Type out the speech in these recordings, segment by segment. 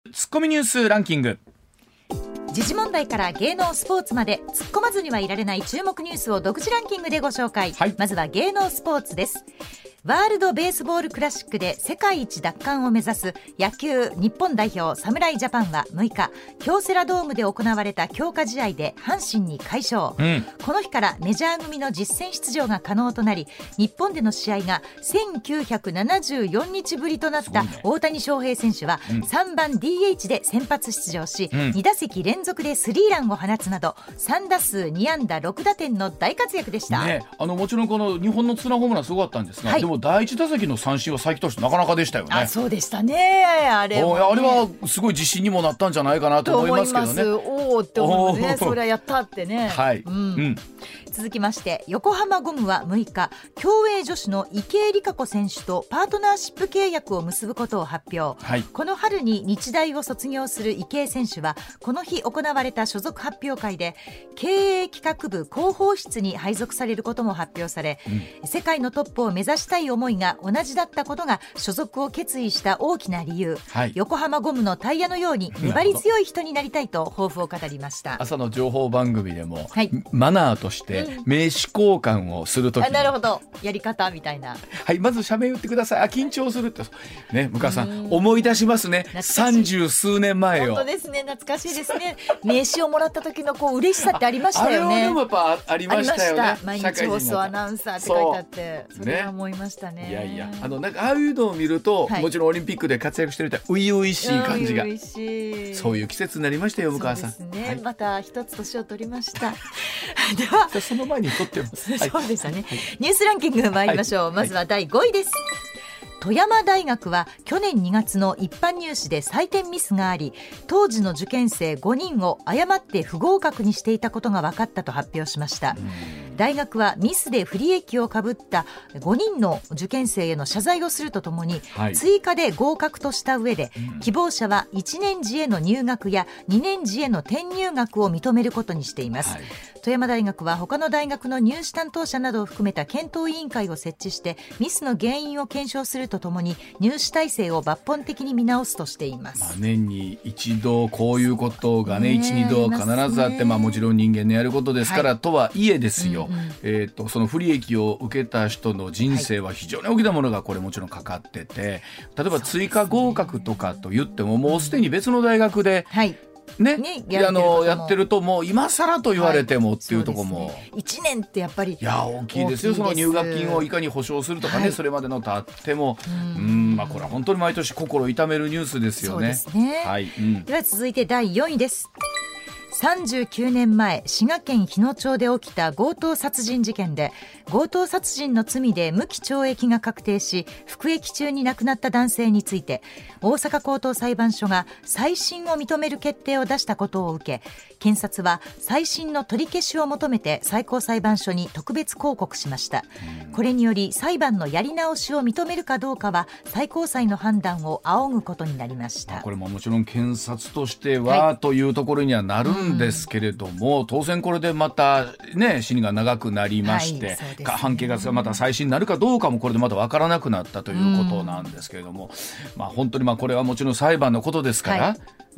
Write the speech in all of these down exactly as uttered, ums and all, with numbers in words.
ツッコミニュースランキング。 時事問題から芸能スポーツまで突っ込まずにはいられない注目ニュースを独自ランキングでご紹介、はい、まずは芸能スポーツです。ワールドベースボールクラシックで世界一奪還を目指す野球日本代表侍ジャパンはむいか京セラドームで行われた強化試合で阪神に快勝、うん、この日からメジャー組の実戦出場が可能となり、日本での試合がせんきゅうひゃくななじゅうよんにちぶりとなった大谷翔平選手はさんばん ディーエイチ で先発出場し、うん、に打席連続でスリーランを放つなどさんだすうにあんだろくだてんの大活躍でした、 ね、あのもちろんこの日本のツーランホームランすごかったんですが、はい、でも第一打席の三振は才木投手なかなかでしたよね。 あ、そうでしたね。あれもね、 あれはすごい自信にもなったんじゃないかなと思いますけどね。 おおって思うね。それはやったってね、 はい、 うんうん、続きまして横浜ゴムはむいか競泳女子の池江璃花子選手とパートナーシップ契約を結ぶことを発表、はい、この春に日大を卒業する池江選手はこの日行われた所属発表会で経営企画部広報室に配属されることも発表され、うん、世界のトップを目指したい思いが同じだったことが所属を決意した大きな理由、はい、横浜ゴムのタイヤのように粘り強い人になりたいと抱負を語りました。 朝の情報番組でも、はい、マナーとして名刺交換をするとき、 うん、なるほど、やり方みたいな、 はい、まず社名言ってください。あ、緊張するってね、向川さん思い出しますね。三十数年前よ。 本当ですね、懐かしいですね。名刺をもらった時のこう嬉しさってありましたよね。 あれはでもやっぱありましたよね。 毎日放送アナウンサーって書いてあって、それは思いましたね。 いやいや、あのなんかああいうのを見ると、はい、もちろんオリンピックで活躍してると初々しい感じが、そういう季節になりましたよ、向川さん。 そうですね、はい、また一つ年を取りました。 ではその前に取ってます。 そうでしたね、はい、ニュースランキング参りましょう、はい、まずはだいごいです。富山大学は去年にがつの一般入試で採点ミスがあり、当時の受験生ごにんを誤って不合格にしていたことが分かったと発表しました。大学はミスで不利益をかぶったごにんの受験生への謝罪をするとともに、はい、追加で合格とした上で、うん、希望者はいちねん次への入学やにねん次への転入学を認めることにしています、はい、富山大学は他の大学の入試担当者などを含めた検討委員会を設置してミスの原因を検証するとともに入試体制を抜本的に見直すとしています、 まあ、年に一度こういうことがね、いち、にど必ずあって、まあ、もちろん人間のやることですから、はい、とはいえですよ、うんうん、えー、とその不利益を受けた人の人生は非常に大きなものがこれもちろんかかってて、例えば追加合格とかと言ってももうすでに別の大学で、はいねね、や, あのやってるともう今更と言われてもっていうところも、はいね、 いちねんってやっぱりいや大きいですよ。その入学金をいかに保証するとかね、はい、それまでの経ってもうん、まあ、これは本当に毎年心痛めるニュースですよね。 そうですね、 はい、うん、 では続いてだいよんいです。さんじゅうきゅうねんまえ、滋賀県日野町で起きた強盗殺人事件で、強盗殺人の罪で無期懲役が確定し服役中に亡くなった男性について、大阪高等裁判所が再審を認める決定を出したことを受け、検察は再審の取り消しを求めて最高裁判所に特別抗告しました。これにより裁判のやり直しを認めるかどうかは最高裁の判断を仰ぐことになりました。 これももちろん検察としては、はい、というところにはなるんですけれども、うん、当然これでまたね審理が長くなりまして、はい、ね、判決がまた再審になるかどうかもこれでまた分からなくなったということなんですけれども、うん、まあ、本当にまあこれはもちろん裁判のことですから、はい、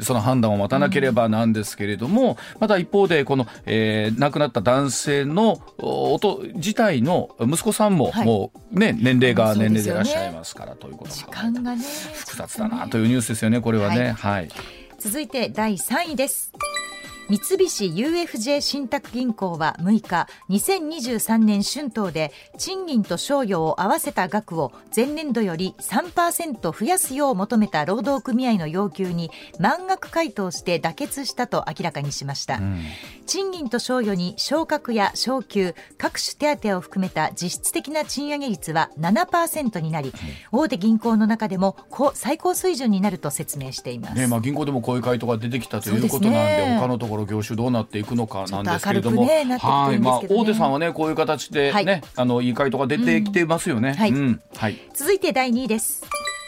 その判断を待たなければなんですけれども、うん、また一方でこの、えー、亡くなった男性の音自体の息子さんも、はい、もうね年齢が年齢でいらっしゃいますから、ということ時間がね複雑だなというニュースですよね、これはね、はいはい、 続いてだいさんいです。三菱 ユーエフジェー 信託銀行はむいか、にせんにじゅうさんねん春闘で賃金と賞与を合わせた額を前年度より さんパーセント 増やすよう求めた労働組合の要求に満額回答して妥結したと明らかにしました、うん、賃金と賞与に昇格や昇給、各種手当を含めた実質的な賃上げ率は ななパーセント になり、うん、大手銀行の中でも最高水準になると説明しています、 ね、まあ、銀行でもこういう回答が出てきたということなん で, で、ね、他のところ業種どうなっていくのかなんですけれども、ね、はい、まあ、大手さんはねこういう形で、ね、はい、あのいい回答が出てきてますよね、うん、はい、うん、はい、 続いてだいにいです。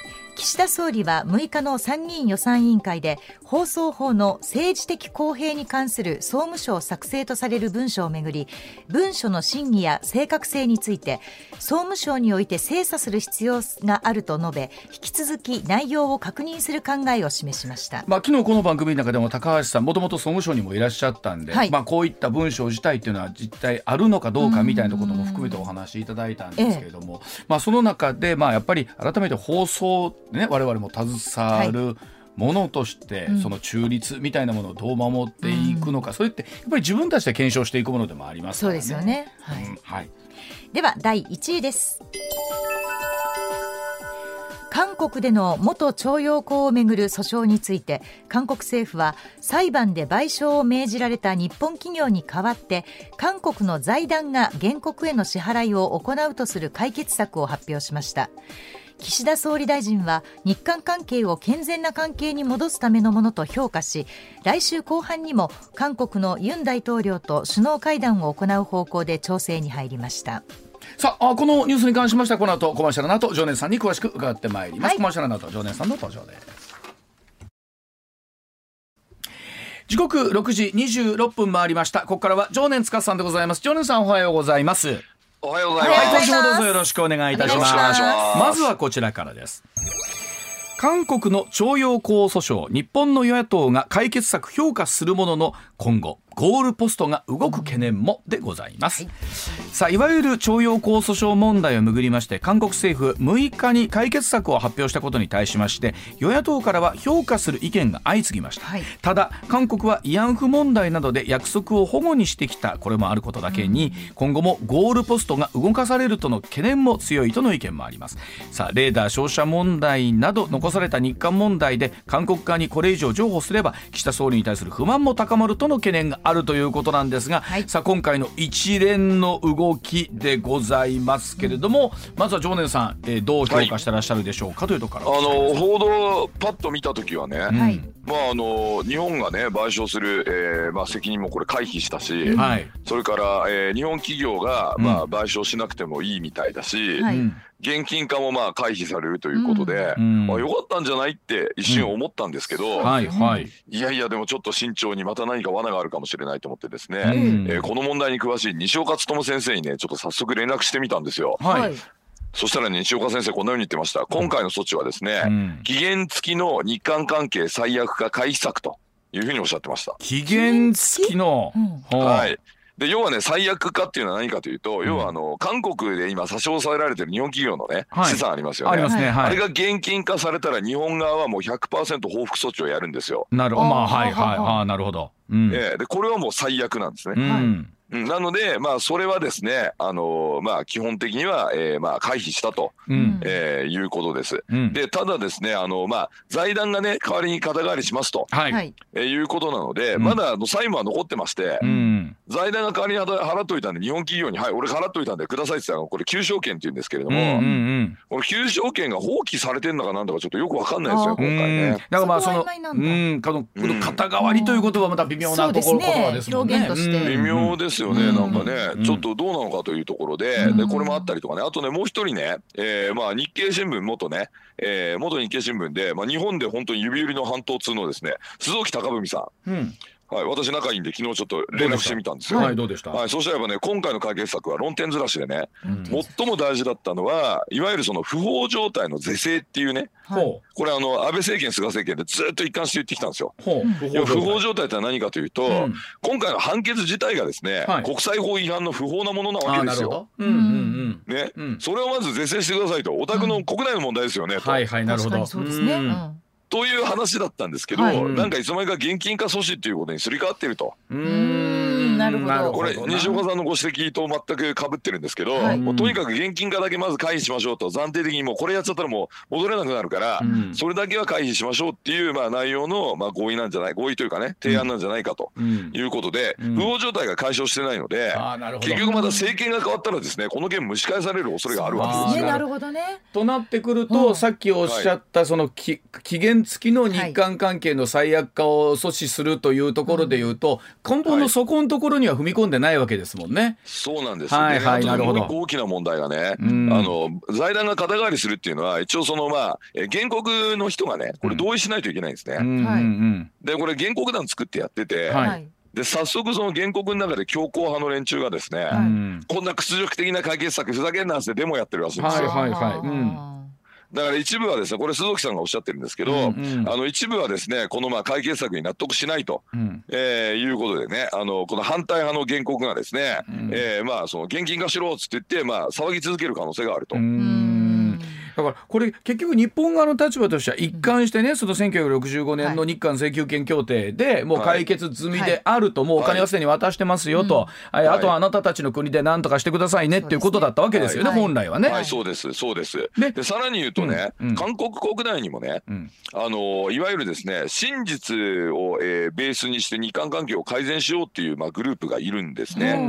岸田総理はむいかの参議院予算委員会で放送法の政治的公平に関する総務省作成とされる文書をめぐり、文書の真偽や正確性について総務省において精査する必要があると述べ、引き続き内容を確認する考えを示しました。 まあ、昨日この番組の中でも高橋さんもともと総務省にもいらっしゃったんで、はい、まあ、こういった文章自体っていうのは実態あるのかどうかみたいなことも含めてお話しいただいたんですけれども、ええ、まあ、その中でまあやっぱり改めて放送、ね、我々も携わる、はい、ものとしてその中立みたいなものをどう守っていくのか、うん、それってやっぱり自分たちで検証していくものでもありますからね。 そうですよね、はい、 うん、はい、 ではだいいちいです。韓国での元徴用工をめぐる訴訟について、韓国政府は裁判で賠償を命じられた日本企業に代わって韓国の財団が原告への支払いを行うとする解決策を発表しました。岸田総理大臣は日韓関係を健全な関係に戻すためのものと評価し、来週後半にも韓国のユン大統領と首脳会談を行う方向で調整に入りました。 さあ、このニュースに関しましてはこの後コマーシャルの後常念さんに詳しく伺ってまいります、はい、コマーシャルの後常念さんの登場です。時刻ろくじにじゅうろっぷん回りました。ここからは常念司さんでございます。常念さん、おはようございます。 おはようございます。 はい、今週もどうぞよろしくお願いいたします。まずはこちらからです。韓国の徴用工訴訟、日本の与野党が解決策評価するものの、今後ゴールポストが動く懸念もでございます、はい、さあ、いわゆる徴用工訴訟問題をめぐりまして、韓国政府むいかに解決策を発表したことに対しまして、与野党からは評価する意見が相次ぎました、はい、ただ韓国は慰安婦問題などで約束を保護にしてきた、これもあることだけに、うん、今後もゴールポストが動かされるとの懸念も強いとの意見もあります。さあ、レーダー照射問題など残された日韓問題で韓国側にこれ以上譲歩すれば岸田総理に対する不満も高まるとの懸念があるということなんですが、はい、さあ今回の一連の動きでございますけれども、うん、まずは常念さん、えー、どう評価してらっしゃるでしょうか、はい、というところから、 あの報道パッと見たときはね、はい、まあ、あの日本がね賠償する、えーまあ、責任もこれ回避したし、うん、はい、それから、えー、日本企業が、まあ、賠償しなくてもいいみたいだし、うん、現金化もまあ回避されるということで、うん、まあ、よかったんじゃないって一瞬思ったんですけど、うん、はいはい、いやいやでもちょっと慎重に、また何か罠があるかもしれないと思ってですね、うん、えー、この問題に詳しい西岡努先生にねちょっと早速連絡してみたんですよ。はい、そしたら、ね、西岡先生こんなように言ってました。今回の措置はですね、うん、期限付きの日韓関係最悪化回避策というふうにおっしゃってました。 期限付きの、 うん、はい、で要はね、最悪化っていうのは何かというと、うん、要はあの韓国で今差し押さえられてる日本企業のね、はい、資産ありますよね。ありますね、はい、あれが現金化されたら日本側はもう ひゃくパーセント 報復措置をやるんですよ。 なるほど、まあ、はいはい、ああ、なるほど、うん、 えー、でこれはもう最悪なんですね、うん、なので、まあ、それはですね、あのーまあ、基本的には、えーまあ、回避したと、うん、えー、いうことです、うん、でただですね、あのーまあ、財団がね代わりに肩代わりしますと、はい、えー、いうことなので、うん、まだあの債務は残ってまして、うん、財団が代わりに払っといたんで、日本企業に、はい、俺払っといたんでくださいって言ったら、これ求償権っていうんですけれども、うんうんうん、この求償権が放棄されてるのかなんだかちょっとよく分かんないですよ、今回ね。 だからまあその、うん、この肩代わりということはまた微妙なところ、言葉ですもんね。 微妙ですよね、なんかね、ちょっとどうなのかというところで、でこれもあったりとかね、あとねもう一人ね、えーまあ、日経新聞元ね、えー、元日経新聞で、まあ、日本で本当に指折りの半島通のですね鈴木貴文さん、うん、はい、私仲いいんで昨日ちょっと連絡してみたんですよ。 はい、どうでした？ はい、そしたらやっぱね、今回の解決策は論点ずらしでね、うん、最も大事だったのはいわゆるその不法状態の是正っていうね、はい、これあの安倍政権菅政権でずっと一貫して言ってきたんですよ。うん、不法状態って何かというと、うん、今回の判決自体がですね、はい、国際法違反の不法なものなわけですよ。うんうんうんね、うん、それをまず是正してくださいと、お宅の国内の問題ですよね、うん、と。 はいはい、なるほど。そうですね。うん、 という話だったんですけど、はい、なんかいつの間にか現金化阻止っていうことにすり替わっていると。 うーん、なるほど。 これ西岡さんのご指摘と全く被ってるんですけど、はい、もうとにかく現金化だけまず回避しましょうと、暫定的にもうこれやっちゃったらもう戻れなくなるから、うん、それだけは回避しましょうっていう、まあ、内容の、まあ、合意なんじゃない合意というかね提案なんじゃないかということで、うん、不法状態が解消してないので、うん、結局また政権が変わったらですねこの件蒸し返される恐れがあるわけですよね。 なるほどね。 となってくると、うん、さっきおっしゃったその期限付きの日韓関係の最悪化を阻止するというところでいうと、根本のそこのとこころには踏み込んでないわけですもんね。 そうなんです。 はいはい、なるほど。 もう一個大きな問題がね、うん、あの財団が肩代わりするっていうのは一応そのまあ原告の人がねこれ同意しないといけないんですね。うん、でこれ原告団作ってやってて、はい、で早速その原告の中で強硬派の連中がですね、はい、こんな屈辱的な解決策ふざけんなってデモやってるらしいんですよ。はいはいはい、うん、だから一部はですねこれ鈴木さんがおっしゃってるんですけど、うんうん、あの一部はですねこのまあ解決策に納得しないと、うん、えー、いうことでねあのこの反対派の原告がですね、うん、えー、まあその現金化しろっつって言ってまあ騒ぎ続ける可能性があると。うん、 だからこれ結局日本側の立場としては一貫してねそのせんきゅうひゃくろくじゅうごねんの日韓請求権協定でもう解決済みであると、もうお金はすでに渡してますよと、はい、あとはあなたたちの国で何とかしてくださいねっていうことだったわけですよね、はい、本来はね。 はい、そうですそうです。で, でさらに言うとね、うんうん、韓国国内にもね、うん、あのいわゆるですね真実を、えー、ベースにして日韓関係を改善しようっていう、まあ、グループがいるんですね。うん、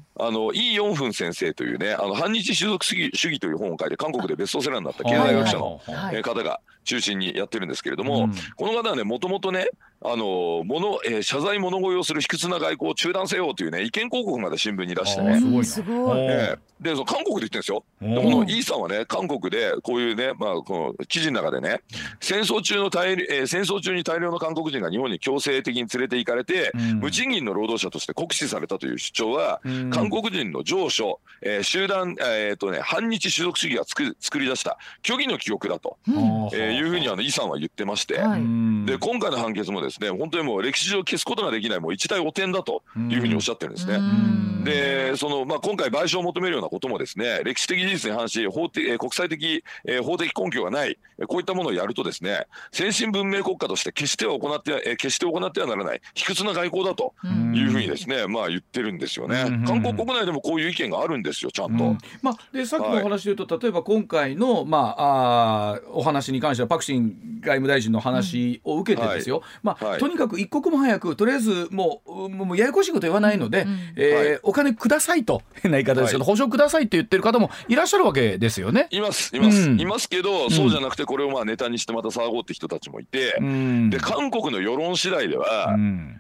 あのイ・ヨンフン先生というねあの反日種族主義主義という本を書いて韓国でベストセラーになった経済学者の方が中心にやってるんですけれども、うん、この方はねもともとねあの物、えー、謝罪物乞いをする卑屈な外交を中断せよというね意見広告まで新聞に出してね、 すごい、 えー、でその韓国で言ってるんですよ。でこのイさんはね韓国でこういうね、まあ、この記事の中でね戦争中の大、えー、戦争中に大量の韓国人が日本に強制的に連れて行かれて、うん、無賃金の労働者として酷使されたという主張は、うん、韓国人の上書、えー、集団、えーとね、反日種族主義が作り、作り出した虚偽の記憶だと、うん、えー、いうふうにあのイさんは言ってまして、はい、で今回の判決もですね本当にもう歴史上消すことができないもう一大汚点だというふうにおっしゃってるんですね。でその、まあ、今回賠償を求めるようなこともですね歴史的事実に反し法的、えー、国際的、えー、法的根拠がないこういったものをやるとですね先進文明国家として決しては行って、えー、決して行ってはならない卑屈な外交だというふうにですねまあ言ってるんですよね。韓国国内でもこういう意見があるんですよちゃんと。うん、まあ、 でさっきのお話で言うと、はい、例えば今回の、まあ、あお話に関してはパク・チン外務大臣の話を受けてですよ、うん、まあはい、とにかく一刻も早くとりあえずもう、もうややこしいこと言わないので、うん、えーはい、お金くださいと変な言い方ですけど、はい、保証くださいって言ってる方もいらっしゃるわけですよね。 いますいます、うん、いますけど、そうじゃなくてこれをまあネタにしてまた騒ごうって人たちもいて、うん、で韓国の世論次第では、うん、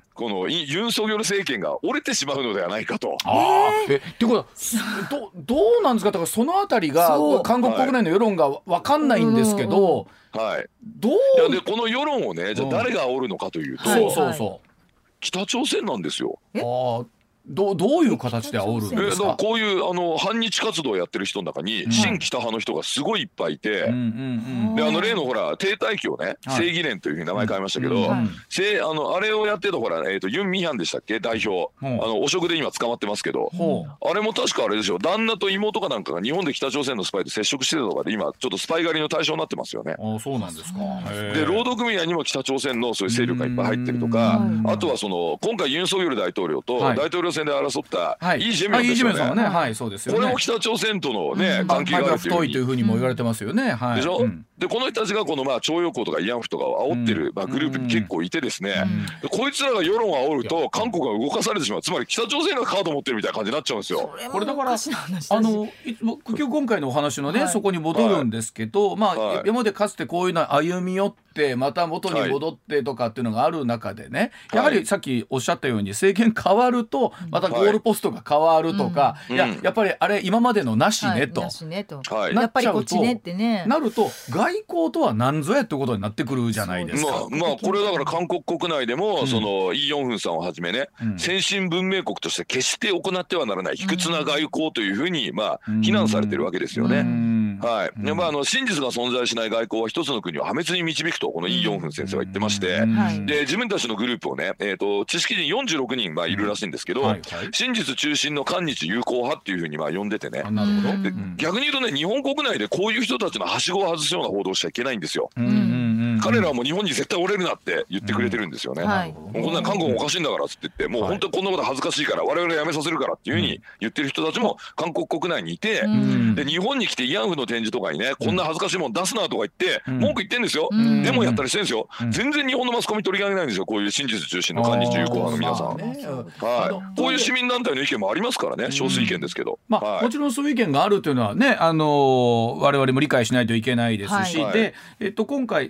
このユン・ソギョル政権が折れてしまうのではないかと。 あえってことはど, どうなんですか。だからそのあたりが韓国国内の世論が分かんないんですけど、 はい、 どういやでこの世論をねじゃあ誰が煽るのかというと、うん、そうそうそう北朝鮮なんですよ。 あど, どういう形で煽るんですか。 えこういうあの反日活動をやってる人の中に、うん、親北派の人がすごいいっぱいいて、うんうんうん、であの例のほら停滞期をね、はい、正義連というふうに名前変えましたけど、うんうん、あのあれをやってたほら、えー、とユン・ミヒャンでしたっけ代表、うん、あの汚職で今捕まってますけど、うん、あれも確かあれでしょ旦那と妹かなんかが日本で北朝鮮のスパイと接触してたとかで今ちょっとスパイ狩りの対象になってますよね。 あそうなんですか。 で労働組合にも北朝鮮のそういう勢力がいっぱい入ってるとか、あとはその今回ユン・ソギョル大統領と大統領選で争ったはい、イ・ジェミョンですよね。さんはね、はい、そうですよね。これも北朝鮮とのね、うん、関係があるというふうに、太いというふうにも言われてますよね。はい、でしょ。うん、でこの人たちがこのまあ徴用工とか慰安婦とかを煽ってる、うんまあ、グループに結構いてですね、うん、こいつらが世論を煽ると韓国が動かされてしまう。つまり北朝鮮がカード持ってるみたいな感じになっちゃうんですよ。 これだからあの結局今回のお話のね、はい、そこに戻るんですけど、はい、まあ、はい、今までかつてこういうの歩み寄ってまた元に戻ってとかっていうのがある中でね、はい、やはりさっきおっしゃったように政権変わるとまたゴールポストが変わるとか、はい、いや、うん、やっぱりあれ今までのなしねと、はい、なしねと、はい、やっぱりこっちねってねなると外交とは何ぞやってことになってくるじゃないですか。 まあ、まあこれだから韓国国内でも、うん、そのイ・ヨンフンさんをはじめね、うん、先進文明国として決して行ってはならない卑屈な外交というふうにまあ非難されてるわけですよね。はい、でまあ、あの真実が存在しない外交は一つの国を破滅に導くとこのイ・ヨンフン先生は言ってまして、で自分たちのグループをね、えー、と知識人よんじゅうろくにんまあいるらしいんですけど、はいはい、真実中心の韓日友好派っていうふうにまあ呼んでてね、なるほど、で逆に言うとね日本国内でこういう人たちのはしごを外すような報道をしちゃいけないんですよ。うんうんうん、彼らはもう日本に絶対折れるなって言ってくれてるんですよね。うんはい、こんな韓国おかしいんだからっつって言ってもう本当にこんなこと恥ずかしいから我々やめさせるからっていうふうに言ってる人たちも韓国国内にいて、うん、で日本に来て慰安婦の展示とかにねこんな恥ずかしいもん出すなとか言って文句言ってんですよ。デモやったりしてるんですよ。全然日本のマスコミ取り上げないんですよ。こういう真実中心の韓日友好派の皆さん、はい、こういう市民団体の意見もありますからね、少数意見ですけど、 まあはい、もちろんそういう意見があるというのはね、あのー、我々も理解しないといけないですし、はい、で、えっと、今回先ほどニュ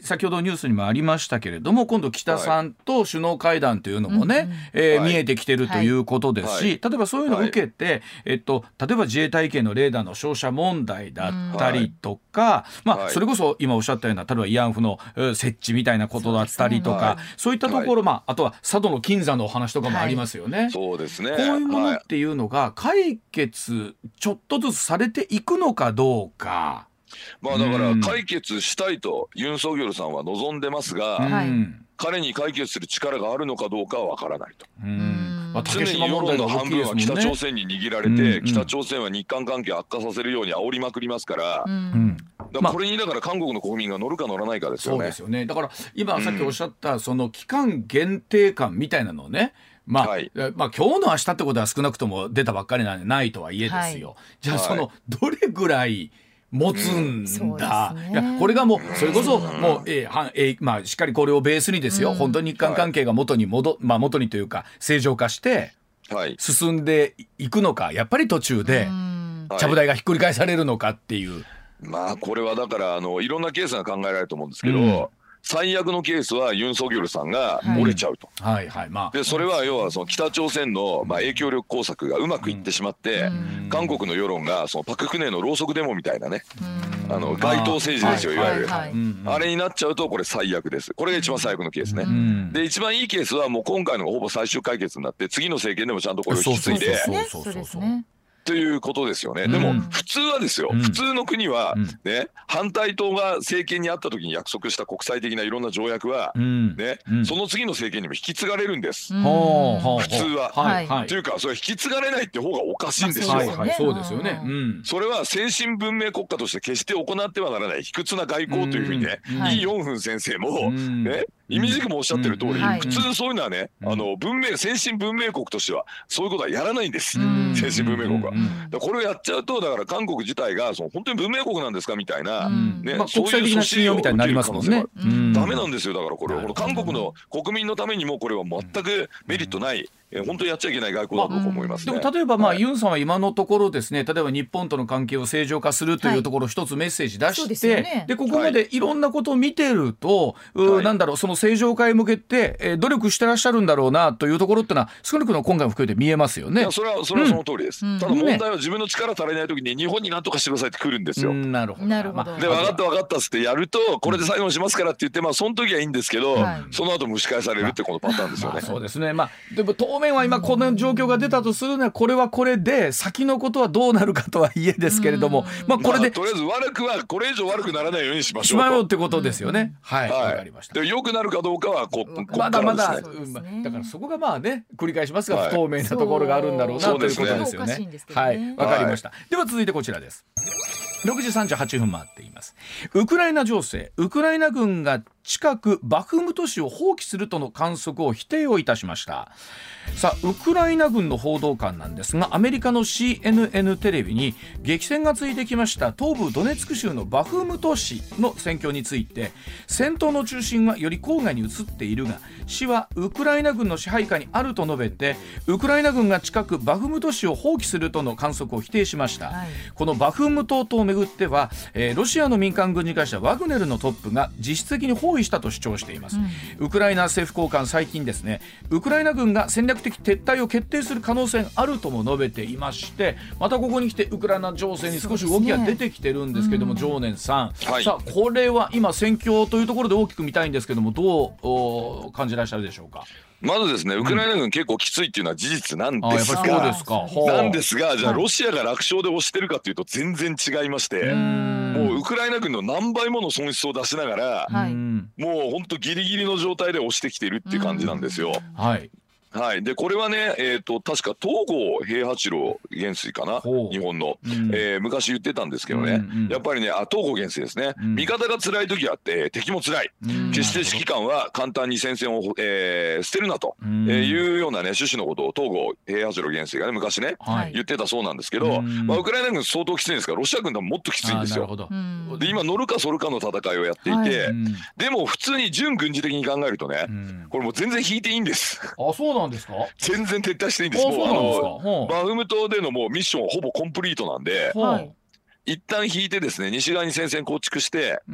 ニュースにもありましたけれども、今度北さんと首脳会談というのもね、はいえーはい、見えてきてるということですし、はい、例えばそういうのを受けて、はいえっと、例えば自衛隊系のレーダーの照射問題だったりとか、はいまあ、それこそ今おっしゃったような例えば慰安婦の設置みたいなことだったりとか、そういったところ、はいまあ、あとは佐渡の金山のお話とかもありますよね、はい、 そうですね。 こういうものっていうのが解決ちょっとずつされていくのかどうか、 まあ、だから解決したいとユン・ソギョルさんは望んでますが、うん、彼に解決する力があるのかどうかは分からないと。うんまあ、常に世論の半分は北朝鮮に握られて、うん、北朝鮮は日韓関係悪化させるように煽りまくりますから、うん、だからこれにだから韓国の国民が乗るか乗らないかですよね。 そうですよね。だから今さっきおっしゃったその期間限定感みたいなのをね、まあはいまあ、今日の明日ってことは少なくとも出たばっかりなんでないとはいえですよ、はい、じゃあそのどれぐらい持つんだ、うんね、いやこれがもうそれこそもう、えーはえーまあ、しっかりこれをベースにですよ、うん、本当に日韓関係が元に戻、まあ、元にというか正常化して進んでいくのか、やっぱり途中でちゃぶ台がひっくり返されるのかっていう、はい、 まあこれはだからあのいろんなケースが考えられると思うんですけど、うん最悪のケースはユン・ソギョルさんが折れちゃうと、はいはいまあ、でそれは要はその北朝鮮のまあ影響力工作がうまくいってしまって、うん、韓国の世論がそのパク・クネのろうそくデモみたいなね、うん、あの街頭政治ですよ、いわゆる、はいはいはい、あれになっちゃうとこれ最悪です。これが一番最悪のケースね、うん、で一番いいケースはもう今回のがほぼ最終解決になって次の政権でもちゃんとこれを引き継いでということですよね、うん、でも普通はですよ、うん、普通の国は、ねうん、反対党が政権にあった時に約束した国際的ないろんな条約は、うんねうん、その次の政権にも引き継がれるんです、うん、普通は、はいはい、というかそれ引き継がれないって方がおかしいんですよ、 はいはい、そうですよね、うん、 それは先進文明国家として決して行ってはならない卑屈な外交というふうにね、うん、イ・ヨンフン先生も、うん、ねイミジクもおっしゃってる通り、うん、普通そういうのはね、うん、あの文明先進文明国としてはそういうことはやらないんです、うん、先進文明国は、うん、だこれをやっちゃうとだから韓国自体がその本当に文明国なんですかみたいな、うんねまあ、 国際的な信用みたいになりますもんね、 うん、ダメなんですよ。だからこれはこの韓国の国民のためにもこれは全くメリットない、え本当にやっちゃいけない外交だと思いますね、 まあ、でも例えば、まあはい、ユンさんは今のところですね、例えば日本との関係を正常化するというところを一つメッセージ出して、はいでね、でここまでいろんなことを見てると、はい、なんだろうその正常化へ向けて、えー、努力してらっしゃるんだろうなというところってのは少なくとも今回も含めて見えますよね。 いやそれはそれはその通りです、うん、ただ問題は自分の力足りない時に日本に何とかしてくださいって来るんですよ、うん、なるほどなるほど。で分かった分かったっつってやるとこれで最後にしますからって言って、まあその時はいいんですけど、はい、その後蒸し返されるってこのパターンですよね、まあまあ、そうですね。まあでも当面は今この状況が出たとするのはこれはこれで先のことはどうなるかとはいえですけれども、まあこれで、まあ、 とりあえず悪くはこれ以上悪くならないようにしましょうとしまようってことですよね、うん、はいわ、はい、かりました。 で良くなるかどうかはここまだまだ、ね、だからそこがまあね繰り返しますが、はい、不透明なところがあるんだろうなということですよね。はいわかりました、はい、では続いてこちらです。ろくじさんじゅうはっぷん回っています。ウクライナ情勢、ウクライナ軍が近くバフムト市を放棄するとの観測を否定をいたしました。さあウクライナ軍の報道官なんですが、アメリカの シーエヌエヌ テレビに激戦が続いてきました東部ドネツク州のバフムト市の戦況について、戦闘の中心はより郊外に移っているが市はウクライナ軍の支配下にあると述べて、ウクライナ軍が近くバフムト市を放棄するとの観測を否定しました、はい、このバフムト島をめぐっては、えー、ロシアの民間軍事会社ワグネルのトップが実質的に包囲したと主張しています、うん、ウクライナ政府高官最近ですね、ウクライナ軍が戦略的撤退を決定する可能性があるとも述べていまして、またここに来てウクライナ情勢に少し動きが出てきてるんですけども、ね、常念さん、はい、さあこれは今戦況というところで大きく見たいんですけども、どう感じらっしゃるでしょうか。 まずですね、ウクライナ軍結構きついっていうのは事実なんですが、 うん、あ、やっぱりそうですか。 なんですが、じゃあロシアが楽勝で押してるかというと全然違いまして、もうウクライナ軍の何倍もの損失を出しながら、もう本当ギリギリの状態で押してきてるっていう感じなんですよ。はい。はい、でこれはね、えー、と確か東郷平八郎元帥かな、日本の、うん、えー、昔言ってたんですけどね、うんうん、やっぱりね、あ東郷元帥ですね、うん、味方が辛い時はあって敵も辛い、うん、決して指揮官は簡単に戦線を、えー、捨てるなと、うん、えー、いうようなね趣旨のことを東郷平八郎元帥がね昔ね、はい、言ってたそうなんですけど、うん、まあ、ウクライナ軍相当きついんですがロシア軍でももっときついんですよ。で今乗るか反るかの戦いをやっていて、はい、でも普通に準軍事的に考えるとね、うん、これもう全然引いていいんです。 あ、そうなんですか。 全然撤退していいんです。もうあのバフムトでのもうミッションはほぼコンプリートなんで、はい、一旦引いてですね西側に戦線構築して、うん、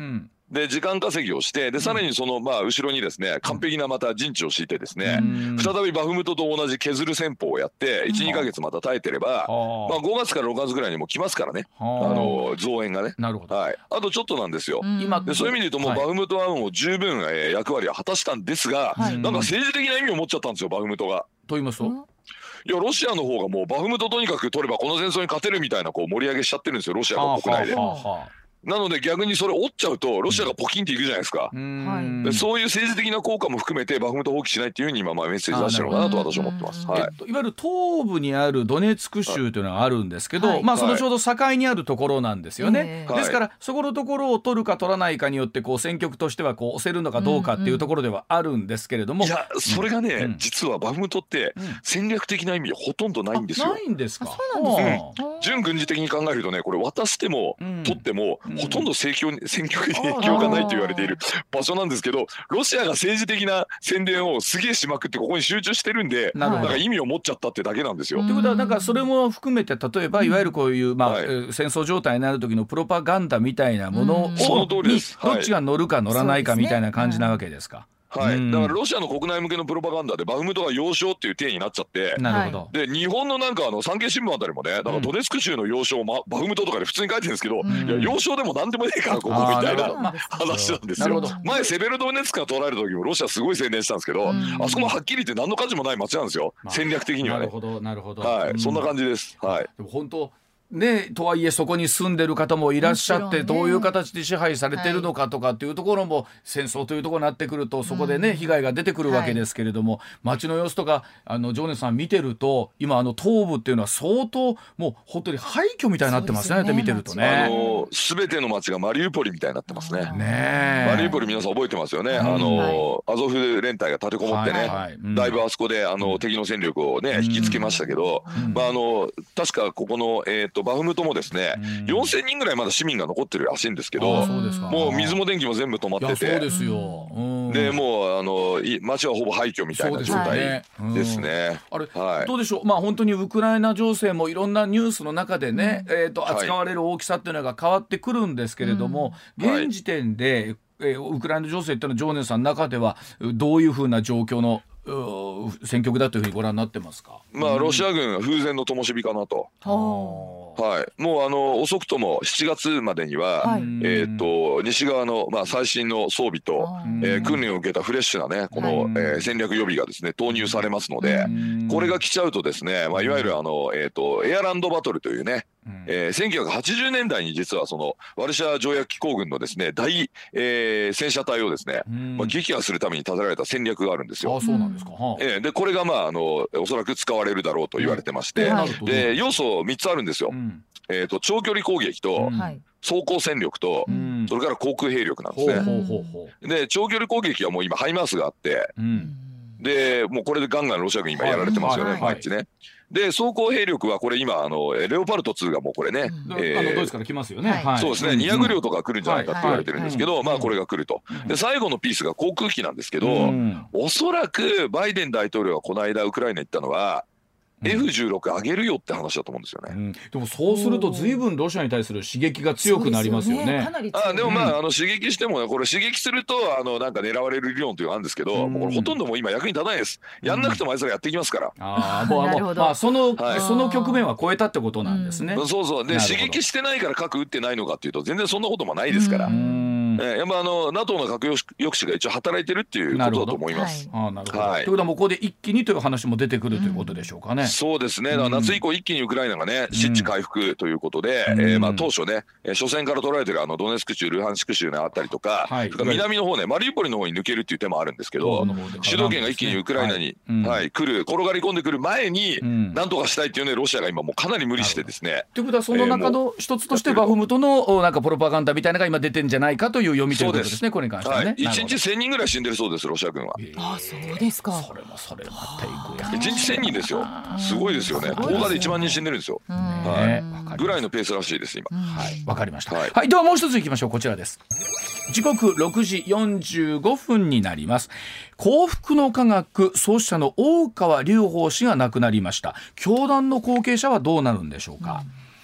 で時間稼ぎをして、でさらにそのまあ後ろにですね完璧なまた陣地を敷いてですね、再びバフムトと同じ削る戦法をやっていち、にかげつまた耐えてれば、まあごがつからろくがつぐらいにも来ますからね、あの増援がね。 なるほど。 はい。あとちょっとなんですよ。今でそういう意味で言うともうバフムトはもう十分え役割は果たしたんですが、なんか政治的な意味を持っちゃったんですよバフムトが。 と言いますと。 いやロシアの方がもうバフムトとにかく取ればこの戦争に勝てるみたいなこう盛り上げしちゃってるんですよロシアの国内で。なので逆にそれ折っちゃうとロシアがポキンっていくじゃないですか。でそういう政治的な効果も含めてバフムト放棄しないっていうふうに今まあメッセージ出してるのかなと私は思ってます。はい、 えっと、いわゆる東部にあるドネツク州というのがあるんですけど、はい、まあそのちょうど境にあるところなんですよね。はい、ですからそこのところを取るか取らないかによってこう戦局としてはこう押せるのかどうかっていうところではあるんですけれども、 いやそれがね、うん、実はバフムトって戦略的な意味ほとんどないんですよ。 ないんですか。 そうなんですか。 うん、純軍事的に考えるとねこれ渡しても、うん、取っても、うん、ほとんど政局戦局に影響がないと言われている場所なんですけど、ロシアが政治的な宣伝をすげえしまくってここに集中してるんで、なんか意味を持っちゃったってだけなんですよ。 ということはなんかそれも含めて例えばいわゆるこういう、まあはい、戦争状態になる時のプロパガンダみたいなものをにどっちが乗るか乗らないかみたいな感じなわけですか。 はい、だからロシアの国内向けのプロパガンダでバフムトが要衝っていう体になっちゃって、 なるほど。 で日本のなんかあの産経新聞あたりもね、だからドネツク州の要衝を、ま、バフムトとかで普通に書いてるんですけど、うん、いや要衝でも何でもねえからここみたいな話なんですよ。前セベロドネツクが取られた時もロシアすごい宣伝したんですけど、うん、あそこもはっきり言って何の価値もない街なんですよ、まあ、戦略的にはね。 なるほどなるほど。 はい、 うん、 そんな感じです。はい。 でも本当ね、とはいえそこに住んでる方もいらっしゃって、どういう形で支配されてるのかとかっていうところも戦争というところになってくるとそこでね被害が出てくるわけですけれども、街の様子とかあの常根さん見てると今あの東部っていうのは相当もう本当に廃墟みたいになってますね。見てるとね、 あの全ての街がマリウポリみたいになってますね。ねマリウポリ皆さん覚えてますよね。あのアゾフ連隊が立てこもってね、だいぶあそこであの敵の戦力をね引きつけましたけど、まああの確かここのえっとバフムトもですね、よんせんにんぐらいまだ市民が残ってるらしいんですけど、もう水も電気も全部止まってて、 そうですよ。 でもうあの街はほぼ廃墟みたいな状態ですね。 あれどうでしょう。まあ本当にウクライナ情勢もいろんなニュースの中でね、えっと扱われる大きさっていうのが変わってくるんですけれども、現時点でウクライナ情勢っていうのは常根さんの中ではどういうふうな状況の戦局だというふうにご覧になってますか。 まあロシア軍風前の灯火かなと。はい、もうあの遅くともしちがつまでには、はい、えー、と西側の、まあ、最新の装備と、えー、訓練を受けたフレッシュなねこの、はい、えー、戦略予備がですね投入されますので、これが来ちゃうとですね、まあ、いわゆるあの、えー、とエアランドバトルというね、えー、せんきゅうひゃくはちじゅうねんだいに実はそのワルシャワ条約機構軍のですね大、えー、戦車隊をですね、まあ、撃破するために立てられた戦略があるんですよ。 あ、そうなんですか。 えー、でこれがまああのおそらく使われるだろうと言われてまして、で要素みっつあるんですよ。えー、と長距離攻撃と装甲戦力と、うん、それから航空兵力なんですね。ほうほうほうほう。で長距離攻撃はもう今ハイマースがあって、うん、でもうこれでガンガンロシア軍今やられてますよね、毎日ね。で装甲兵力はこれ今あのレオパルトツーがもうこれね、 うん、えー、あのドイツから来ますよね。はい、 そうですね、にひゃくりょうとか来るんじゃないかって言われてるんですけど、まあこれが来ると。で最後のピースが航空機なんですけど、うん、おそらくバイデン大統領がこの間ウクライナ行ったのはエフじゅうろく 上げるよって話だと思うんですよね。うん、 でもそうすると随分ロシアに対する刺激が強くなりますよね。 よねあでもまあ、あの刺激しても、ね、これ刺激するとあのなんか狙われる理論というのがあるんですけど、うん、もうこれほとんどもう今役に立たないです。やんなくてもあいつらやっていきますから。うん、 あもうもう、まあ、その、はい、その局面は超えたってことなんですね。 うん、そうそうで刺激してないから核撃ってないのかっていうと全然そんなこともないですから。うんえー、やっぱあの ナトー の核抑止が一応働いてるっていうことだと思います。 あなるほど、はい、ということはもうここで一気にという話も出てくるということでしょうかね。うん、 そうですね。だから夏以降一気にウクライナがね失地回復ということで、うんえーまあ、当初ね初戦から取られてるあのドネツク州ルハンシク州があったりとか、はい、南の方ねマリウポリの方に抜けるっていう手もあるんですけど、主導権が一気にウクライナに、はいはい、来る転がり込んでくる前に何とかしたいっていうねロシアが今もうかなり無理してですね。 ということはその中の一つとしてバフムトのなんかプロパガンダみたいなのが今出てんじゃないかという読みということですね。これに関してはね、はい、 いちにちせんにんぐらい死んでるそうですロシア軍は。 あそうですか。 それもそれまたいくやいちにちせんにんですよ。すごいですよね。とおかでいちまんにん死んでるんですよ。はい、ぐらいのペースらしいです今。 はい、わかりました。はい、はい、ではもう一ついきましょう。こちらです。時刻ろくじよんじゅうごふんになります。幸福の科学創始者の大川隆法氏が亡くなりました。教団の後継者はどうなるんでしょうか。うん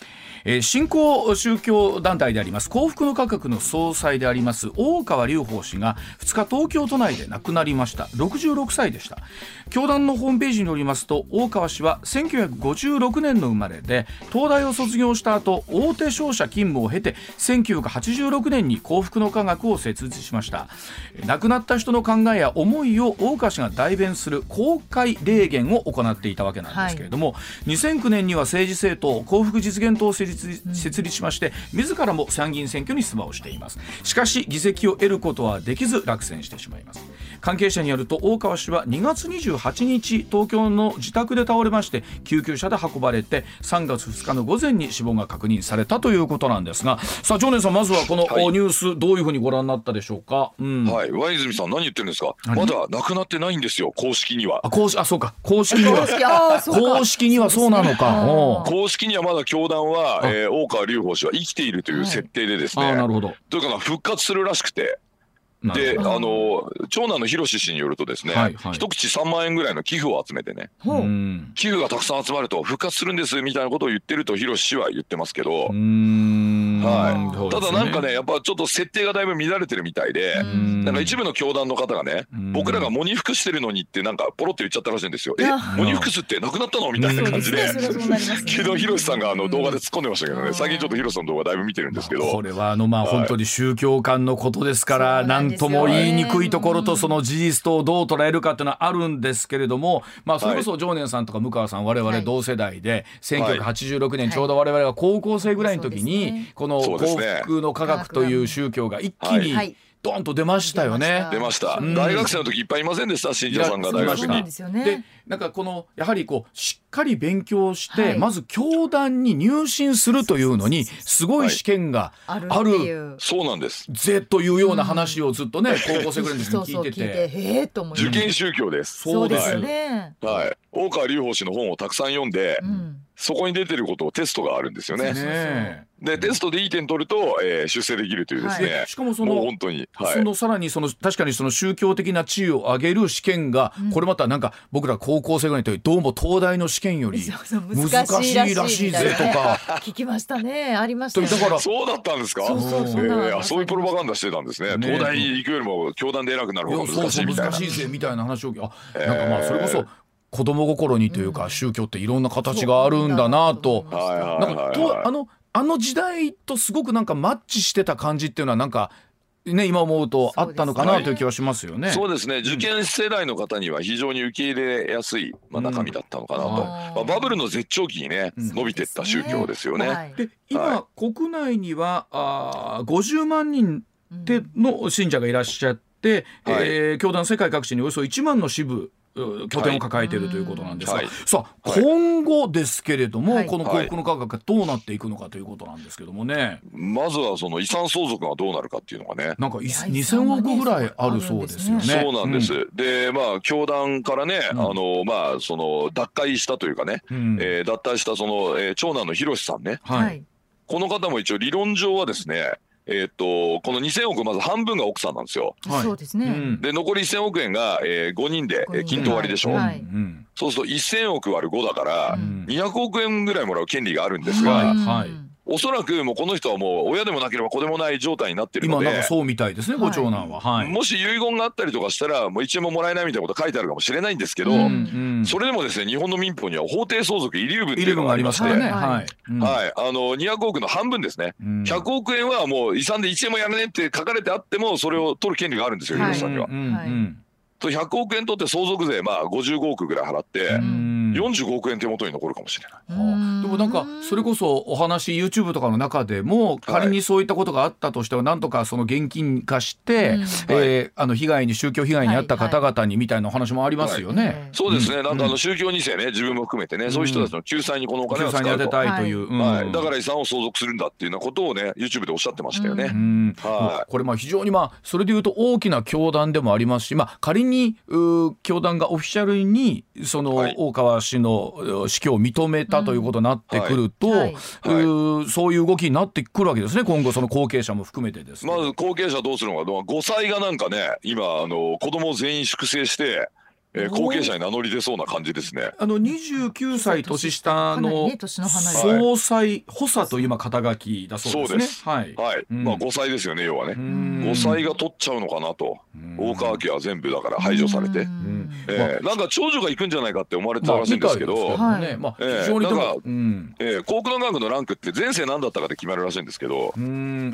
えー、新興宗教団体であります幸福の科学の総裁であります大川隆法氏がふつか東京都内で亡くなりました。ろくじゅうろくさいでした。教団のホームページによりますと、大川氏はせんきゅうひゃくごじゅうろくねんの生まれで、東大を卒業した後大手商社勤務を経てせんきゅうひゃくはちじゅうろくねんに幸福の科学を設立しました。亡くなった人の考えや思いを大川氏が代弁する公開霊言を行っていたわけなんですけれども、はい、にせんきゅうねんには政治政党幸福実現党を設立、設立しまして、自らも参議院選挙に出馬をしています。しかし議席を得ることはできず落選してしまいます。関係者によると、大川氏はにがつにじゅうはちにち東京の自宅で倒れまして、救急車で運ばれてさんがつふつかの午前に死亡が確認されたということなんですが、さあ常念さん、まずはこのニュース、はい、どういうふうにご覧になったでしょうか。うん、 はい、上泉さん何言ってるんですか。まだ亡くなってないんですよ、公式には。 あ、公式、あ、そうか、公式には公式にはそうなのか。 公式にはまだ教団は、えー、大川隆法氏は生きているという設定でですね、はい、 あ、なるほど。 というか復活するらしくて、で、あの長男の広氏によるとですね、はいはい、一口さんまんえんぐらいの寄付を集めてね、うん、寄付がたくさん集まると復活するんですみたいなことを言ってると広氏は言ってますけど、うーん、はい、ただなんかね、やっぱちょっと設定がだいぶ乱れてるみたいで、なんか一部の教団の方がね、僕らが喪に服してるのにってなんかポロって言っちゃったらしいんですよ。え、喪に服すってなくなったのみたいな感じで、昨日広さんがあの動画で突っ込んでましたけどね、最近ちょっと広さんの動画だいぶ見てるんですけど、 これはあのまあ本当に宗教間のことですから、なんとも言いにくいところと、その事実とどう捉えるかっていうのはあるんですけれども、まあそれこそ常念さんとか向川さん、我々同世代でせんきゅうひゃくはちじゅうろくねん、ちょうど我々が高校生ぐらいの時にこの幸福の科学という宗教が一気にドンと出ましたよね。 出ました、うん、大学生の時いっぱいいませんでした、信者さんが大学に。 で、なんかこのやはりこうしっかり勉強して、はい、まず教団に入信するというのにすごい試験がある、はい、 そうなんですぜというような話をずっとね、うん、高校生ぐらいの時に聞いてて、そうそう聞いて、 へーと思います。受験宗教です。 そうですよね、 はいはい、大川隆法氏の本をたくさん読んで、うん、そこに出てることをテストがあるんですよね。ねでテストでいい点取ると、えー、出世できるというですね、はい、 しかもそのもう本当に、はい、 そのさらにその確かにその宗教的な地位を上げる試験が、うん、これまたなんか僕ら高校生ぐらいの時どうも東大の試験より難しいらしいぜとか聞きましたね。ありましたね。 だからそうだったんですか。 そうそうそう、 えー、そういうプロパガンダしてたんですね。ね、東大に行くよりも教団で偉くなる方が難しいみたいな。 そうそう難しいぜみたいな話を、あ、えー、なんかまあそれこそ子供心にというか、うん、宗教っていろんな形があるんだなと、なんかとあのあの時代とすごくなんかマッチしてた感じっていうのはなんかね、今思うとあったのかなという気はしますよね。 そうですね、受験世代の方には非常に受け入れやすい、まあ、中身だったのかなと、うん、まあ、バブルの絶頂期にね、うん、伸びていった宗教ですよね。はい、 で今、はい、国内にはあごじゅうまんにんでの信者がいらっしゃって、うん、えー、教団世界各地におよそいちまんの支部拠点を抱えているということなんですが、はい、さあ、はい、今後ですけれども、はい、この幸福の科学がどうなっていくのかということなんですけどもね、 まずはその遺産相続がどうなるかっていうのがね、 なんかにせんおくぐらいあるそうですよね。 そうなんです、うん、でまあ教団からね、うん、あのまあその脱会したというかね、うん、えー、脱退したその、えー、長男の広さんね、はい、この方も一応理論上はですね、えー、とこのにせんおくまず半分が奥さんなんですよ。 はい、そうですね。 で残りせんおくえんが、えー、ごにんで均等割りでしょ、はい、そうするとせんおく割るごだから、うん、にひゃくおくえんぐらいもらう権利があるんですが、はいはい、おそらくもうこの人はもう親でもなければ子でもない状態になってるので、 今なんかそうみたいですね、ご長男は、はい、 もし遺言があったりとかしたらもういちえんももらえないみたいなこと書いてあるかもしれないんですけど、うんうん、それでもですね日本の民法には法定相続遺留分っていうのがありまして、はい、はいはい、あのにひゃくおくの半分ですね、うん、ひゃくおくえんはもう遺産でいちえんもやらねえって書かれてあってもそれを取る権利があるんですよ、広瀬さんには。はい、うんうん、とひゃくおくえん取って相続税まあごじゅうごおくぐらい払って、うん、よんじゅうごおくえん手元に残るかもしれない。 でもなんかそれこそお話 YouTube とかの中でも仮にそういったことがあったとしてはなんとかその現金化して、はい、えー、あの被害に宗教被害に遭った方々にみたいなお話もありますよね。はいはい、 そうですね、うん、なんかあの宗教に世ね自分も含めてね、うん、そういう人たちの救済にこのお金を使うと、 救済に当てたいという、 はい、うん、だから遺産を相続するんだっていうようなことをね YouTube でおっしゃってましたよね。うん、 はい、これまあ非常にまあそれでいうと大きな教団でもありますし、まあ、仮にう教団がオフィシャルにその大川氏の死去を認めたということになってくると、うん、はいはい、そういう動きになってくるわけですね、今後その後継者も含めてですね。 まず後継者どうするのか、ごさいがなんかね今あの子供を全員粛清してえー、後継者に名乗り出そうな感じですね。 あのにじゅうきゅうさい年下の総裁補佐という今肩書きだそうですね。 そうです。はい、はい、うん、まあごさいですよね、要はね。ごさいが取っちゃうのかなと。大川家は全部だから排除されて、えー、なんか長女が行くんじゃないかって思われてたらしいんですけど、まあね、まあ非常にでも、うん、えー、航空の学のランクって前世何だったかで決まるらしいんですけど、 うん、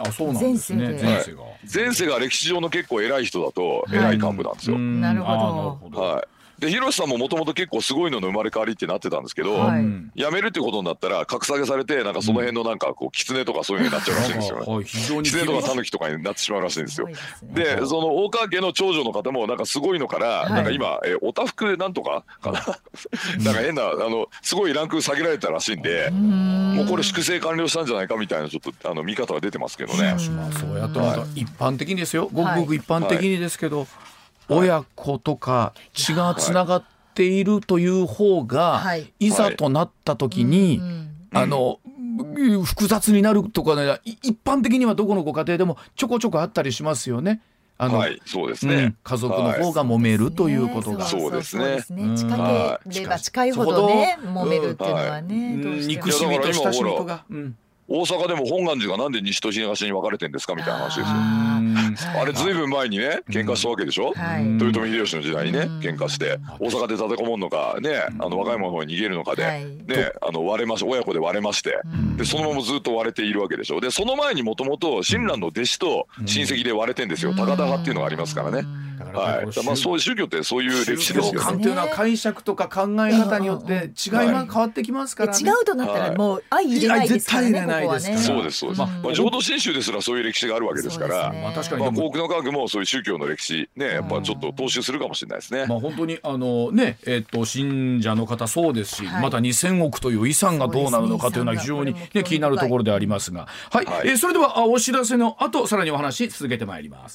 あ、そうなんですね。 前世が前世が歴史上の結構偉い人だと偉い幹部なんですよ。はい、 なるほど。 はい。で広瀬さんももともと結構すごいのの生まれ変わりってなってたんですけど、はい、辞めるってことになったら格下げされて、なんかその辺のなんかこう狐とかそういうのになっちゃうらしいんですよね。はい、狐とか狸とかになってしまうらしいんですよ。で、ね、その大川家の長女の方もなんかすごいのから、はい、なんか今えおたふくなんとかかななんか変なあのすごいランク下げられたらしいんで、もうこれ粛清完了したんじゃないかみたいなちょっとあの見方が出てますけどね。 まあそうやって一般的にですよ、ごくごく一般的にですけど、はい、親子とか血がつながっているという方が、はい、いざとなった時に、はい、あの、うん、複雑になるとかね、一般的にはどこのご家庭でもちょこちょこあったりしますよね。あの、はい、 そうですね、うん、 家族の方が揉めるということが、 そうですね。 近ければ近いほどね、揉めるっていうのはね、 うん、どうしても憎しみと親しみとが。 大阪でも本願寺がなんで西と東に分かれてんですかみたいな話ですよ。あれずいぶん前にね喧嘩したわけでしょ、うん、豊臣秀吉の時代にね喧嘩して大阪で立てこもんのかね、あの若い者の方に逃げるのかで、はい、ね、あの割れまし親子で割れまして、でそのままずっと割れているわけでしょ。でその前にもともと親鸞の弟子と親戚で割れてんですよ。高田派っていうのがありますからね。はい、まあそういう宗教ってそういう歴史ですよね。宗教観っていうのは解釈とか考え方によって違いが変わってきますからね。 違うとなったらもう相入れないですからね。ここはね。 そうですそうです。まあ浄土真宗ですらそういう歴史があるわけですから、まあ確かに航空の科学もそういう宗教の歴史ね、やっぱちょっと踏襲するかもしれないですね。 まあ本当にあのね、えっと信者の方そうですし、またにせんおくという遺産がどうなるのかというのは非常にね気になるところでありますが、はい。えそれではお知らせの後さらにお話続けてまいります。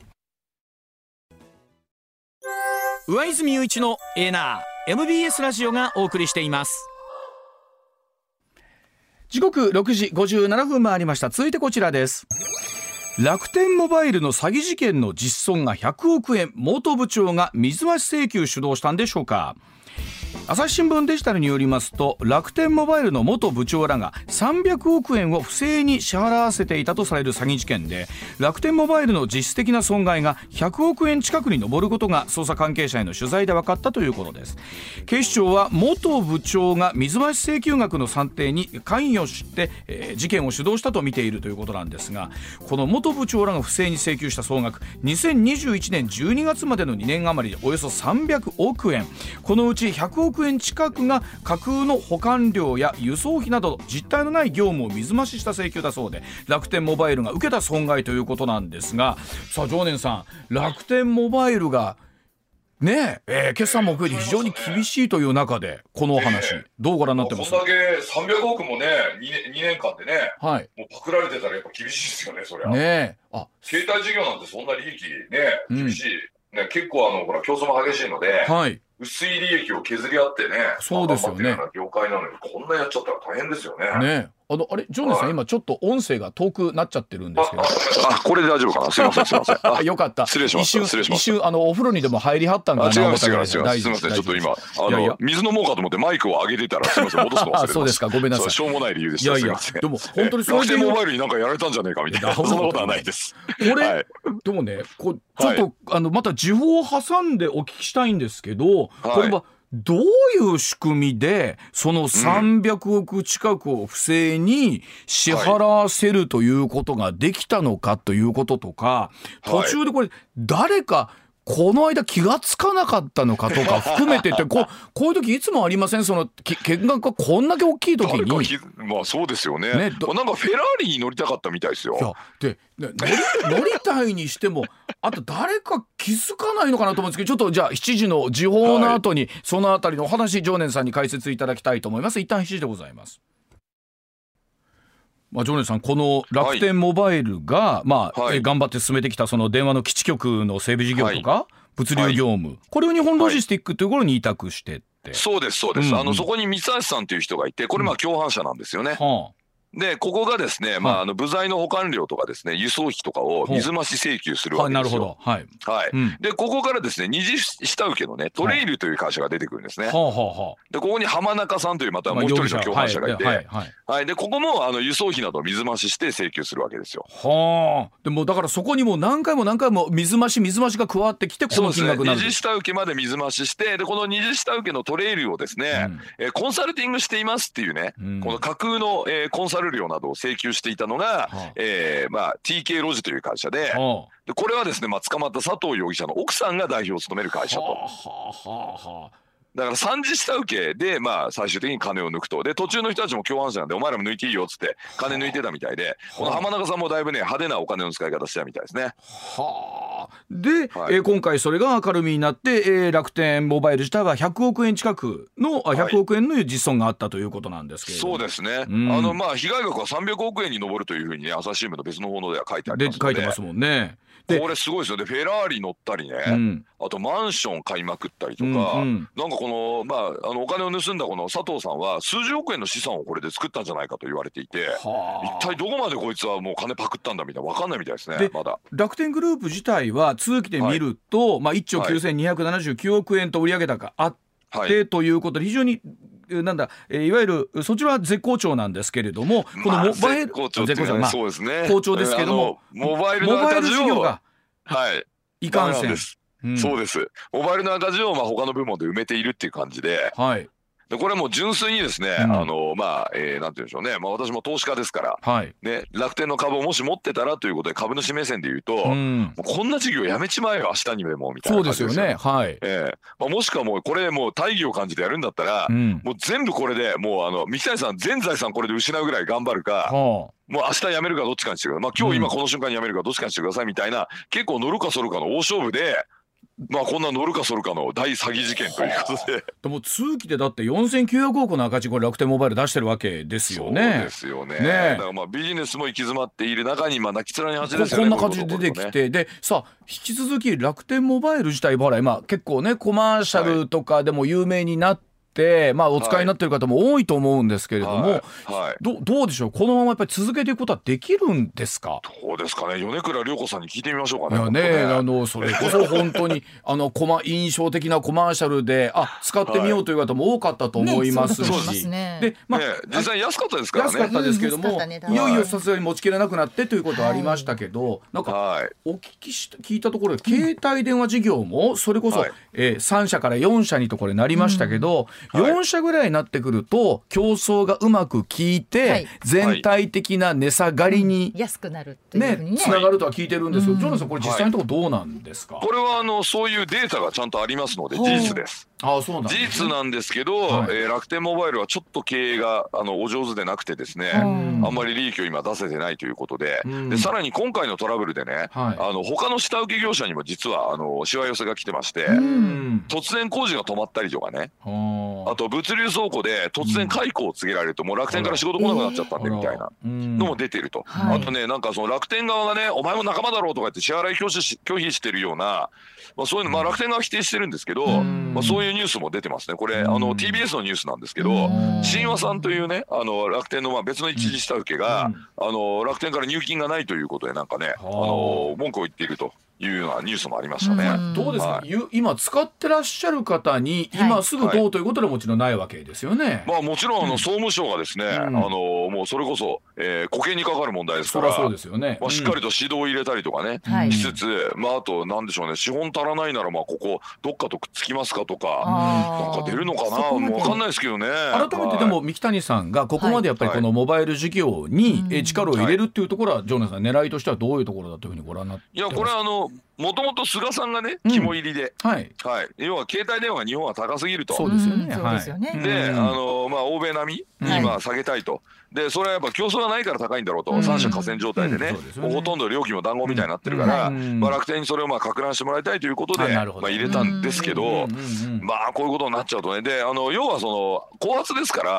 上泉雄一のエナー エムビーエス ラジオがお送りしています。 時刻ろくじごじゅうななふん回りました。続いてこちらです。楽天モバイルの詐欺事件の実損がひゃくおくえん、元部長が水増し請求主導したんでしょうか。朝日新聞デジタルによりますと、楽天モバイルの元部長らがさんびゃくおくえんを不正に支払わせていたとされる詐欺事件で、楽天モバイルの実質的な損害がひゃくおくえん近くに上ることが捜査関係者への取材で分かったということです。警視庁は元部長が水増し請求額の算定に関与して、えー、事件を主導したと見ているということなんですが、この元部長らが不正に請求した総額、にせんにじゅういちねんじゅうにがつまでのにねん余りでおよそさんびゃくおくえん、このうちひゃくおくえん近くが架空の保管料や輸送費など実態のない業務を水増しした請求だそうで、楽天モバイルが受けた損害ということなんですが、さあ常念さん、楽天モバイルがねえ、えー、決算も増えて非常に厳しいという中でこのお話、えー、どうご覧になってますか。 こんだけさんびゃくおくもね 2, 年にねんかんでね、はい、もうパクられてたらやっぱ厳しいですよね。そりゃね、あ携帯事業なんてそんな利益ね厳しい、うん、ね、結構あのほら競争も激しいので、はい、薄い利益を削り合ってね、 そうですよね、 頑張ってるような業界なのにこんなやっちゃったら大変ですよね。 ね、あのあれジョーネさん、はい、今ちょっと音声が遠くなっちゃってるんですけど、 ああこれで大丈夫かな。すいませんすいません。あよかった。 失礼しました。失礼しました。 一瞬あのお風呂にでも入りはったんかな。 違います違います違います。すいません、ちょっと今あのいやいや水飲もうかと思ってマイクを上げてたらすいません戻すの忘れてました。 そうですか、ごめんなさい。 しょうもない理由でした。いやいや、 でも本当にそれで楽天モバイルになんかやられたんじゃねえかみたいな、そんなことはないです。 これ、はい、でもね、こちょっと、はい、あのまた時報を挟んでお聞きしたいんですけど、はい、これはどういう仕組みでそのさんびゃくおく近くを不正に支払わせるということができたのかということとか、途中でこれ誰かこの間気がつかなかったのかとか含めててこ, こういう時いつもありません。その金額がこんだけ大きい時に、 まあそうですよね。ね、なんかフェラーリに乗りたかったみたいですよ。いやで乗り、乗りたいにしてもあと誰か気づかないのかなと思うんですけど、ちょっとじゃあしちじの時報の後にそのあたりのお話、常念さんに解説いただきたいと思います。一旦しちじでございます。まあ、常念さん、この楽天モバイルが、はい、まあ、はい、頑張って進めてきたその電話の基地局の整備事業とか、はい、物流業務、はい、これを日本ロジスティックというところに委託してって、 そうですそうです、うんうん、あのそこに三橋さんという人がいて、これまあ共犯者なんですよね、うん、はあでここがですね、はい、まあ、あの部材の保管料とかですね輸送費とかを水増し請求するわけですよ。 はい、なるほど。はい、 はい、うん、でここからですね二次下請けのねトレイルという会社が出てくるんですね。はい、でここに浜中さんというまたもう一人の共犯者がいて、はいはいはいはい、でここもあの輸送費などを水増しして請求するわけですよ。 はあ。でもだからそこにも何回も何回も水増し水増しが加わってきてこの金額になる。 二次下請けまで水増ししてでこの二次下請けのトレイルをですね、うんえー、コンサルティングしていますっていうね、うん、この架空の、えー、コンサル料などを請求していたのが、はあえーまあ、ティーケー ロジという会社で、はあ、でこれはですね、まあ、捕まった佐藤容疑者の奥さんが代表を務める会社と。はあはあはあ、だから三次下請けで、まあ、最終的に金を抜くと。で途中の人たちも共犯者なんでお前らも抜いていいよっつって金抜いてたみたいで、この浜中さんもだいぶね派手なお金の使い方してたみたいですね。 はあ。で、はいえー、今回それが明るみになって、えー、楽天モバイル自体はひゃくおくえん近くの、はい、ひゃくおくえんの実損があったということなんですけれども。 そうですね、うん、あのまあ被害額はさんびゃくおくえんに上るというふうにね朝日新聞の別の報道では書いてありますので。 で書いてますもんね。 これすごいですよね。フェラーリ乗ったりね、うん、あとマンション買いまくったりとか、うんうん、なんかこのまああのお金を盗んだこの佐藤さんは数十億円の資産をこれで作ったんじゃないかと言われていて、一体どこまでこいつはもう金パクったんだみたいな分かんないみたいですね。でまだ楽天グループ自体は通期で見ると、はいまあ、いっちょうきゅうせんにひゃくななじゅうきゅうおくえんと売上高あって、はい、ということで非常になんだ、えー、いわゆるそちらは絶好調なんですけれども、 このモバイル、まあ、絶好調っていうのは、まあ、そうですね、好調ですけれども、 モバイルの赤字をがはいいかんせん、 うん、そうです。モバイルの赤字をまあ他の部門で埋めているっていう感じで、はい、でこれも純粋にですね、うん、あのまあ、えー、なんて言うんでしょうね、まあ、私も投資家ですから、はいね、楽天の株をもし持ってたらということで株主目線で言うと、うん、もうこんな事業やめちまえよ明日にでもみたいな感じですよね。 そうですよね、はいえーまあ、もしくはもうこれもう大義を感じてやるんだったら、うん、もう全部これでもうあの三木谷さん全財産これで失うぐらい頑張るか、はあもう明日辞めるかどっちかにしてください、まあ、今日今この瞬間に辞めるかどっちかにしてくださいみたいな、結構乗るかそるかの大勝負で、まあこんな乗るかそるかの大詐欺事件ということででも通期でだってよんせんきゅうひゃくおくの赤字これ楽天モバイル出してるわけですよね。 そうですよ ね, ねだからまあビジネスも行き詰まっている中にまあ泣き面に恥ですよね。こんな感じで出てきて、ね、でさあ引き続き楽天モバイル自体ほら今結構ねコマーシャルとかでも有名になって、はいまあ、お使いになっている方も多いと思うんですけれども、はいはい、ど, どうでしょうこのままやっぱり続けていくことはできるんですか。 どうですかね、米倉涼子さんに聞いてみましょうかね。 いやね、ねあのそれこそ本当にあのコマ印象的なコマーシャルであ使ってみようという方も多かったと思いますし、 ねでまあね、実際安かったですからね。 安かったですけども、うんね、いよいよさすがに持ちきれなくなってということはありましたけど、はい、なんかお聞きし聞いたところで携帯電話事業もそれこそ、はいえー、さん社からよん社にとこれなりましたけど、うんはい、よん社ぐらいになってくると競争がうまく効いて、はい、全体的な値下がりに、 うん、安くなるっていうふうにねつながるとは聞いてるんですけど、うん、ジョナさんこれ実際のところどうなんですか。 はい、これはあのそういうデータがちゃんとありますので事実です。 ああそうなんですね、 事実なんですけど、はいえー、楽天モバイルはちょっと経営があのお上手でなくてですね、あんまり利益を今出せてないということで、でさらに今回のトラブルでね、はい、あの他の下請け業者にも実はあのしわ寄せが来てまして、突然工事が止まったりとかね、あと物流倉庫で突然解雇を告げられるともう楽天から仕事来なくなっちゃったんでみたいなのも出てると、はい、あとねなんかその楽天側がねお前も仲間だろうとか言って支払い拒否し拒否してるような、まあ、そういうのまあ楽天側は否定してるんですけど、まあ、そういうニュースも出てますね。これあの ティービーエス のニュースなんですけど、神話さんというねあの楽天のまあ別の一次下請けがあの楽天から入金がないということでなんかねあの文句を言っているというようなニュースもありましたね。 どうですか、はい、今使ってらっしゃる方に今すぐどうということでもちろんないわけですよね。はいまあ、もちろんあの総務省がですね、うん、あのもうそれこそ、えー、固形にかかる問題ですから、 そうですよね、 まあ、しっかりと指導を入れたりとかね、うん、しつつ、まあ、あとなんでしょうね資本足らないならまあここどっかとくっつきますかとかなんか出るのかなもう分かんないですけどね。 改めてでも三木谷さんがここまでやっぱりこのモバイル事業に力を入れるっていうところはジョナさん狙いとしてはどういうところだというふうにご覧になってますか。 いやこれはあのもともと菅さんがね肝入りで、うんはいはい、要は携帯電話が日本は高すぎると。 そうですよね。 で、あのまあ欧米並みに今下げたいと。でそれはやっぱ競争がないから高いんだろうと、三者寡占状態でね、もうほとんど料金も談合みたいになってるから、まあ楽天にそれをまあ攪乱してもらいたいということでまあ入れたんですけど、まあこういうことになっちゃうとね、であの要はその後発ですから。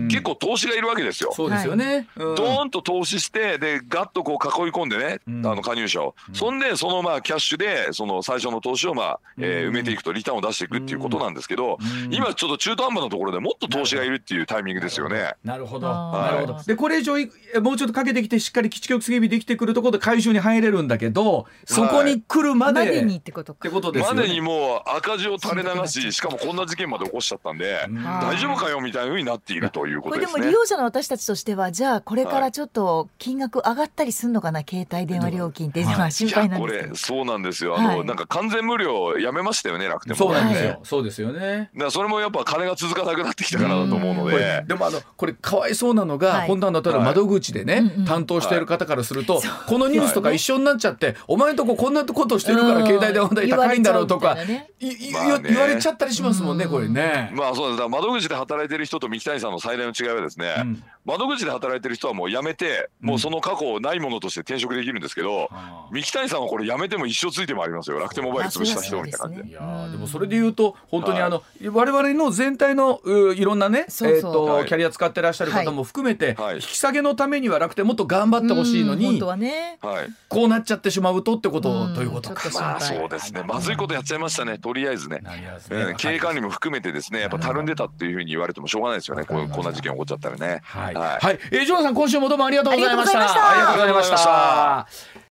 結構投資がいるわけですよ。 そうですよね。 ドーンと投資してでガッとこう囲い込んでね、あの加入者を、そんでそのまあキャッシュでその最初の投資をまあ、えー、埋めていくとリターンを出していくっていうことなんですけど、今ちょっと中途半端なところでもっと投資がいるっていうタイミングですよね。 なるほど、なるほど。でこれ以上もうちょっとかけてきてしっかり基地局整備できてくるところで回収に入れるんだけど、そこに来るまで、はい、までにってことか。ってことですよね。 までにもう赤字を垂れ流し、しかもこんな事件まで起こしちゃったんで、大丈夫かよみたいな風になっているということですね。 これでも利用者の私たちとしては、じゃあこれからちょっと金額上がったりするのかな、携帯電話料金っていうのは心配なんですけど。 これそうなんですよ。あの、はい、なんか完全無料やめましたよね、楽天も。 そうなんですよ。そうですよね。 だからそれもやっぱ金が続かなくなってきたからだと思うので。 でもあのこれかわいそうなのが、はい、本当は例えば窓口でね、はい、担当している方からすると、はい、このニュースとか一緒になっちゃって、はい、お前んとここんなことしてるから携帯電話代高いんだろうとか言われちゃったりしますもんね、これね。 まあそうです。だから窓口で働いてる人と三木谷さんの最大の違いはですね、うん、窓口で働いてる人はもう辞めて、もうその過去をないものとして転職できるんですけど、うん、三木谷さんはこれ辞めても一生ついてもありますよ。楽天モバイル潰した人みたいな感じで。 いやでもそれで言うと本当にあの、はい、我々の全体のいろんなね、そうそう、えーとはい、キャリア使ってらっしゃる方も含めて、はい、引き下げのためには楽天もっと頑張ってほしいのに、 本当はね、 こうなっちゃってしまうとってことということか。 まあそうですね。まずいことやっちゃいましたね。とりあえずね、うん、経営管理も含めてですね、やっぱたるんでたっていうふうに言われてもしょうがないですよね。こうこんな事件起こっちゃったらね。 はい。はい。えー、ジョナさん今週もどうもありがとうございました。 ありがとうございました。 ありがとうございました。